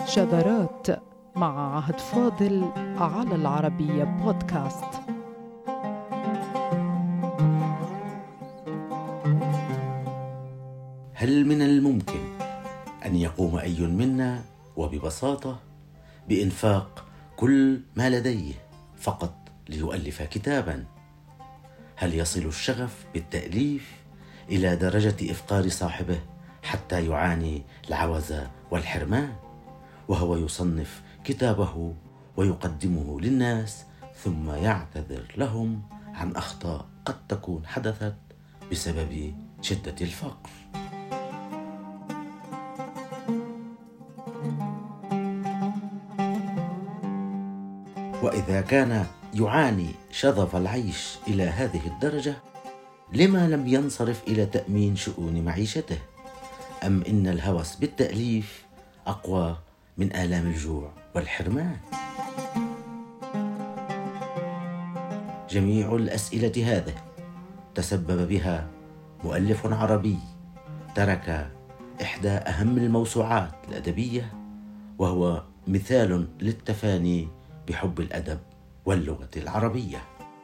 شذرات مع عهد فاضل على العربية بودكاست. هل من الممكن أن يقوم أي منا وببساطة بإنفاق كل ما لديه فقط ليؤلف كتابا؟ هل يصل الشغف بالتأليف إلى درجة إفقار صاحبه حتى يعاني العوز والحرمان وهو يصنف كتابه ويقدمه للناس ثم يعتذر لهم عن أخطاء قد تكون حدثت بسبب شدة الفقر؟ وإذا كان يعاني شظف العيش إلى هذه الدرجة، لما لم ينصرف إلى تأمين شؤون معيشته؟ أم إن الهوس بالتأليف أقوى من آلام الجوع والحرمان؟ جميع الأسئلة هذه تسبب بها مؤلف عربي ترك إحدى أهم الموسوعات الأدبية، وهو مثال للتفاني بحب الأدب واللغة العربية.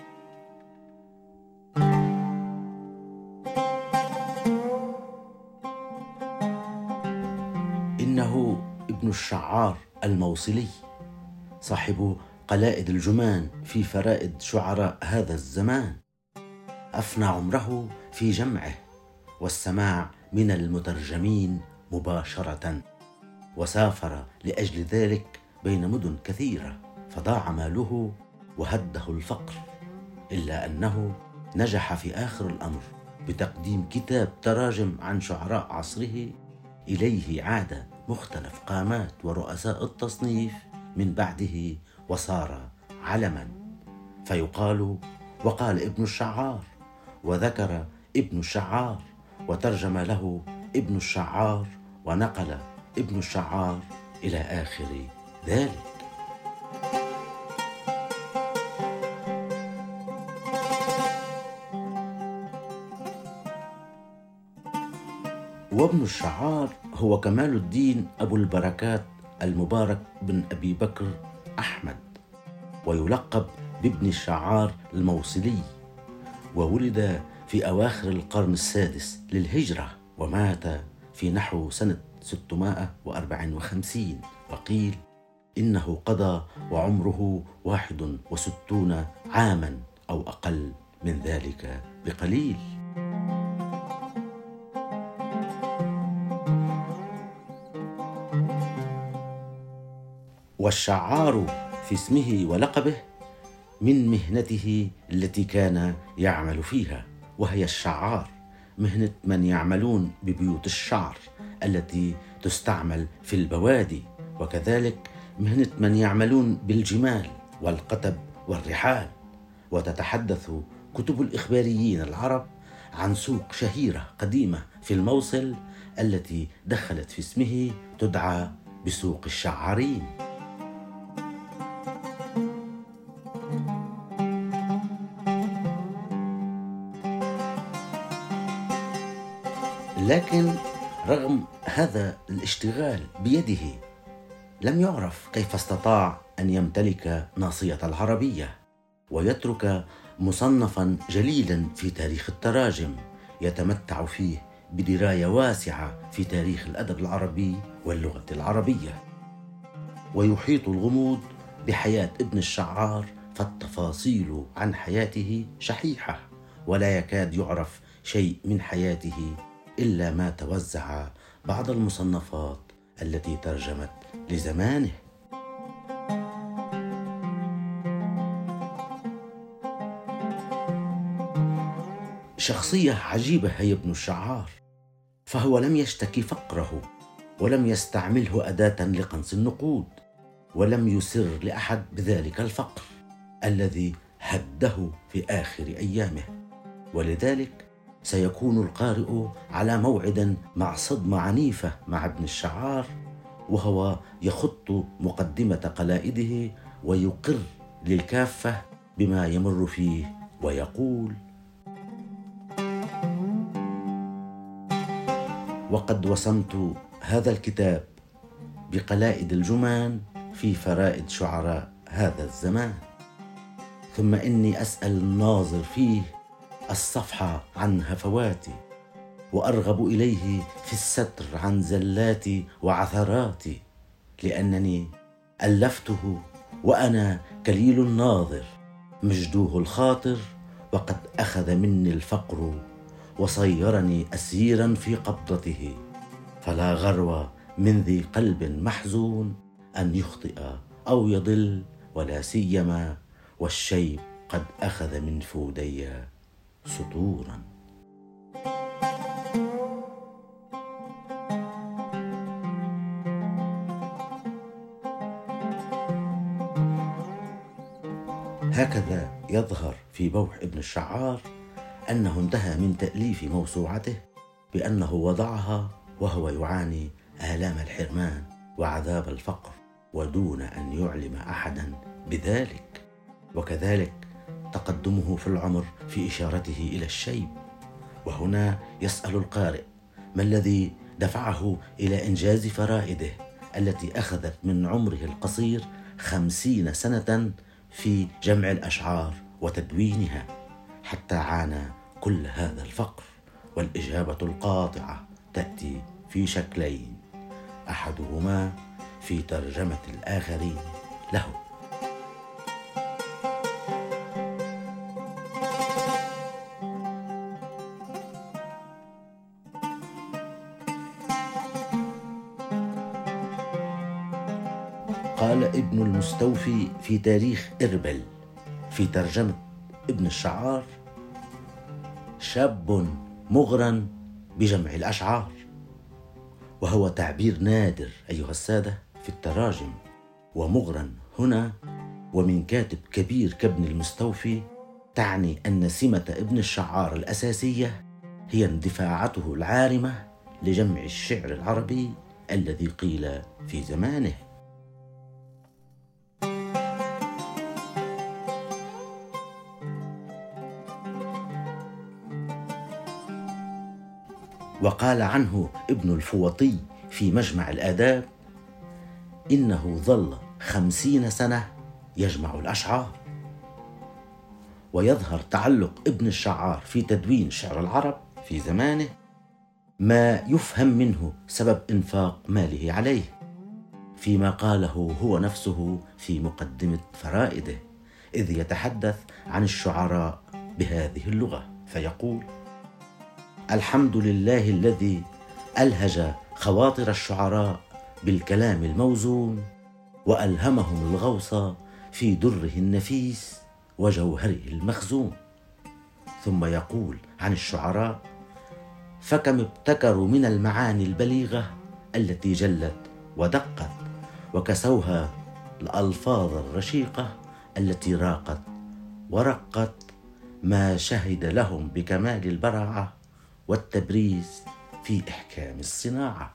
إنه ابن الشعار الموصلي، صاحب قلائد الجمان في فرائد شعراء هذا الزمان، أفنى عمره في جمعه والسماع من المترجمين مباشرة، وسافر لأجل ذلك بين مدن كثيرة، فضاع ماله وهده الفقر، إلا أنه نجح في آخر الأمر بتقديم كتاب تراجم عن شعراء عصره. إليه عاد مختلف قامات ورؤساء التصنيف من بعده وصار علما، فيقال وقال ابن الشعار، وذكر ابن الشعار، وترجم له ابن الشعار، ونقل ابن الشعار إلى آخر ذلك. وابن الشعار هو كمال الدين أبو البركات المبارك بن أبي بكر أحمد، ويلقب بابن الشعار الموصلي، وولد في أواخر القرن السادس للهجرة، ومات في نحو سنة 654، وقيل إنه قضى وعمره 61 عاما أو أقل من ذلك بقليل. والشعار في اسمه ولقبه من مهنته التي كان يعمل فيها، وهي الشعار، مهنة من يعملون ببيوت الشعر التي تستعمل في البوادي، وكذلك مهنة من يعملون بالجمال والقتب والرحال. وتتحدث كتب الإخباريين العرب عن سوق شهيرة قديمة في الموصل التي دخلت في اسمه تدعى بسوق الشعارين. لكن رغم هذا الاشتغال بيده، لم يعرف كيف استطاع أن يمتلك ناصية العربية ويترك مصنفا جليلا في تاريخ التراجم يتمتع فيه بدراية واسعة في تاريخ الأدب العربي واللغة العربية. ويحيط الغموض بحياة ابن الشعار، فالتفاصيل عن حياته شحيحة، ولا يكاد يعرف شيء من حياته إلا ما توزع بعض المصنفات التي ترجمت لزمانه. شخصية عجيبة هي ابن الشعار، فهو لم يشتكي فقره، ولم يستعمله أداة لقنص النقود، ولم يسر لأحد بذلك الفقر الذي هده في آخر أيامه. ولذلك سيكون القارئ على موعد مع صدمة عنيفة مع ابن الشعار، وهو يخط مقدمة قلائده ويقر للكافة بما يمر فيه ويقول: وقد وسمت هذا الكتاب بقلائد الجمان في فرائد شعراء هذا الزمان. ثم إني أسأل الناظر فيه الصفحة عن هفواتي، وأرغب إليه في الستر عن زلاتي وعثراتي، لأنني ألفته وأنا كليل الناظر مجدوه الخاطر، وقد أخذ مني الفقر وصيرني أسيرا في قبضته. فلا غرو من ذي قلب محزون أن يخطئ أو يضل، ولا سيما والشيب قد أخذ من فودي سطورا. هكذا يظهر في بوح ابن الشعار أنه انتهى من تأليف موسوعته بأنه وضعها وهو يعاني آلام الحرمان وعذاب الفقر، ودون أن يعلم أحدا بذلك. وكذلك تقدمه في العمر في إشارته إلى الشيب. وهنا يسأل القارئ: ما الذي دفعه إلى إنجاز فرائده التي أخذت من عمره القصير 50 سنة في جمع الأشعار وتدوينها، حتى عانى كل هذا الفقر؟ والإجابة القاطعة تأتي في شكلين، أحدهما في ترجمة الآخرين له. قال ابن المستوفي في تاريخ إربل في ترجمة ابن الشعار: شاب مغرى بجمع الأشعار. وهو تعبير نادر أيها السادة في التراجم. ومغرى هنا ومن كاتب كبير كابن المستوفي تعني أن سمة ابن الشعار الأساسية هي اندفاعته العارمة لجمع الشعر العربي الذي قيل في زمانه. وقال عنه ابن الفوطي في مجمع الآداب: إنه ظل 50 سنة يجمع الأشعار. ويظهر تعلق ابن الشعار في تدوين شعر العرب في زمانه، ما يفهم منه سبب إنفاق ماله عليه، فيما قاله هو نفسه في مقدمة فرائده، إذ يتحدث عن الشعراء بهذه اللغة فيقول: الحمد لله الذي ألهج خواطر الشعراء بالكلام الموزون، وألهمهم الغوص في دره النفيس وجوهره المخزون. ثم يقول عن الشعراء: فكم ابتكروا من المعاني البليغة التي جلت ودقت، وكسوها الألفاظ الرشيقة التي راقت ورقت، ما شهد لهم بكمال البراعة والتبريز في إحكام الصناعة.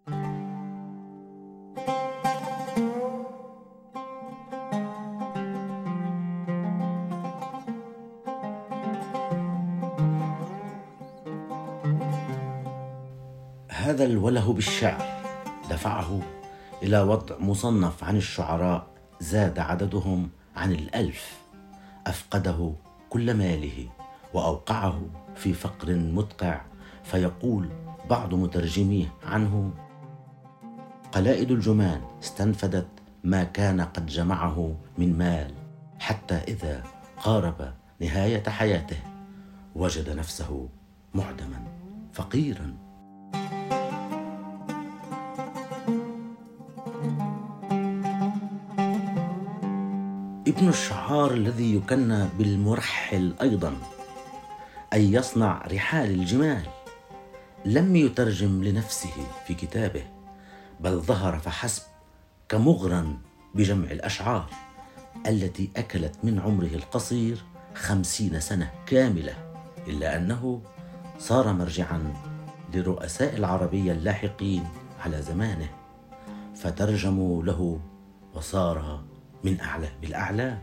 هذا الوله بالشعر دفعه إلى وضع مصنف عن الشعراء زاد عددهم عن 1000، أفقده كل ماله وأوقعه في فقر مدقع. فيقول بعض مترجميه عنه: قلائد الجمان استنفدت ما كان قد جمعه من مال، حتى إذا قارب نهاية حياته وجد نفسه معدما فقيرا. ابن الشعار الذي يكنى بالمرحل أيضا، أي يصنع رحال الجمال، لم يترجم لنفسه في كتابه، بل ظهر فحسب كمغرى بجمع الأشعار التي أكلت من عمره القصير 50 سنة كاملة، إلا أنه صار مرجعا لرؤساء العربية اللاحقين على زمانه، فترجموا له وصار من أعلام الأعلام.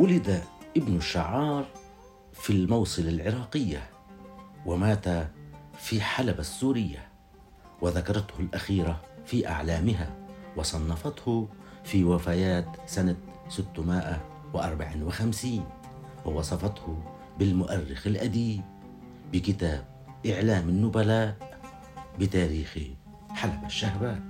ولد ابن الشعار في الموصل العراقية، ومات في حلب السورية، وذكرته الأخيرة في أعلامها، وصنفته في وفيات سنة 654، ووصفته بالمؤرخ الأديب بكتاب إعلام النبلاء بتاريخ حلب الشهباء.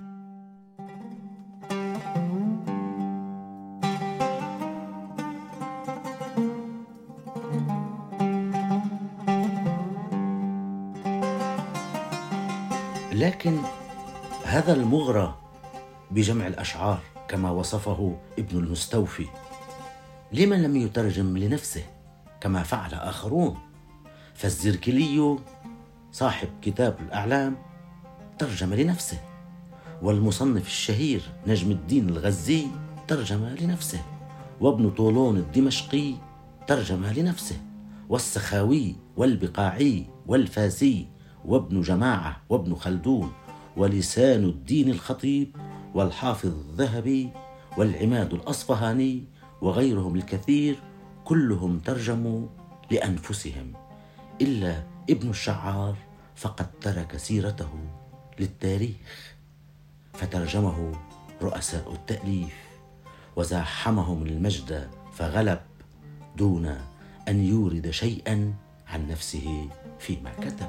لكن هذا المغرى بجمع الأشعار كما وصفه ابن المستوفي لما لم يترجم لنفسه كما فعل آخرون؟ فالزركلي صاحب كتاب الأعلام ترجم لنفسه، والمصنف الشهير نجم الدين الغزي ترجم لنفسه، وابن طولون الدمشقي ترجم لنفسه، والسخاوي والبقاعي والفاسي وابن جماعة وابن خلدون ولسان الدين الخطيب والحافظ الذهبي والعماد الأصفهاني وغيرهم الكثير كلهم ترجموا لأنفسهم، إلا ابن الشعار فقد ترك سيرته للتاريخ، فترجمه رؤساء التأليف وزاحمهم المجد فغلب دون أن يورد شيئا عن نفسه فيما كتب.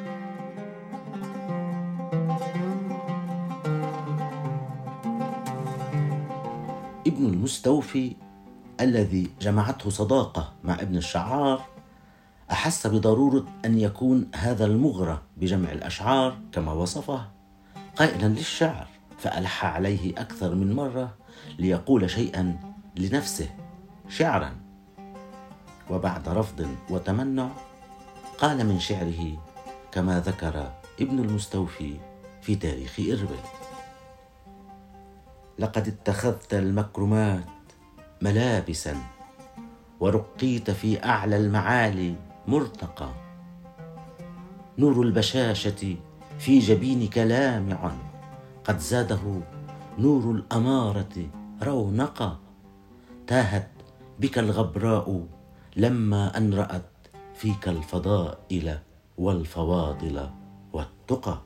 ابن المستوفي الذي جمعته صداقة مع ابن الشعار أحس بضرورة أن يكون هذا المغرى بجمع الأشعار كما وصفه قائلا للشعر، فألح عليه أكثر من مرة ليقول شيئا لنفسه شعرا، وبعد رفض وتمنع قال من شعره كما ذكر ابن المستوفي في تاريخ إربل: لقد اتخذت المكرمات ملابسا ورقيت في أعلى المعالي مرتقى، نور البشاشة في جبينك لامع قد زاده نور الأمارة رونقا، تاهت بك الغبراء لما أن رأت فيك الفضائل والفواضل والتقى.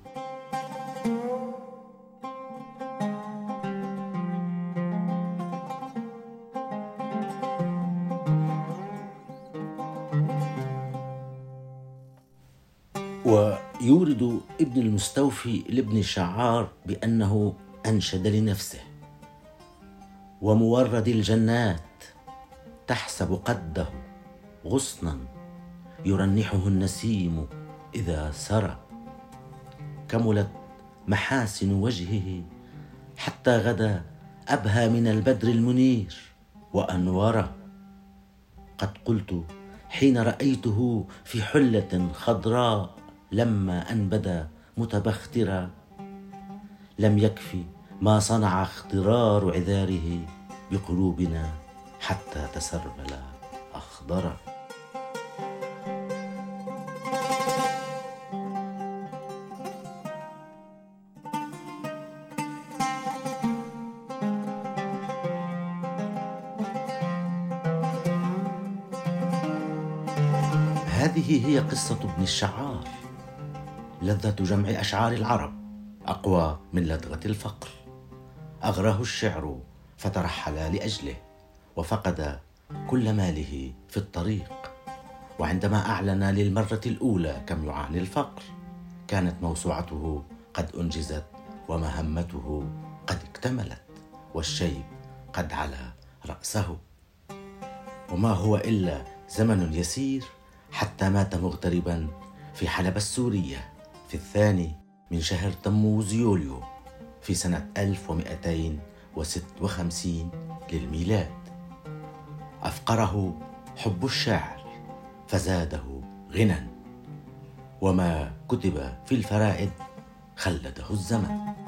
ويورد ابن المستوفي لابن الشعار بأنه أنشد لنفسه: ومورد الجنات تحسب قده غصنا يرنحه النسيم إذا سرى، كملت محاسن وجهه حتى غدا أبهى من البدر المنير وأنورا، قد قلت حين رأيته في حلة خضراء لما أن بدا متبخترا، لم يكفي ما صنع اخترار عذاره بقلوبنا حتى تسربل أخضرا. هذه هي قصة ابن الشعار، لذة جمع أشعار العرب أقوى من لدغة الفقر. أغراه الشعر فترحل لأجله، وفقد كل ماله في الطريق، وعندما أعلن للمرة الأولى كم يعاني الفقر كانت موسوعته قد أنجزت ومهمته قد اكتملت والشيب قد علا رأسه، وما هو إلا زمن يسير حتى مات مغتربا في حلب السورية في 2 من شهر تموز يوليو في سنة 1256 للميلاد. أفقره حب الشعر فزاده غنى، وما كتب في الفرائد خلده الزمن.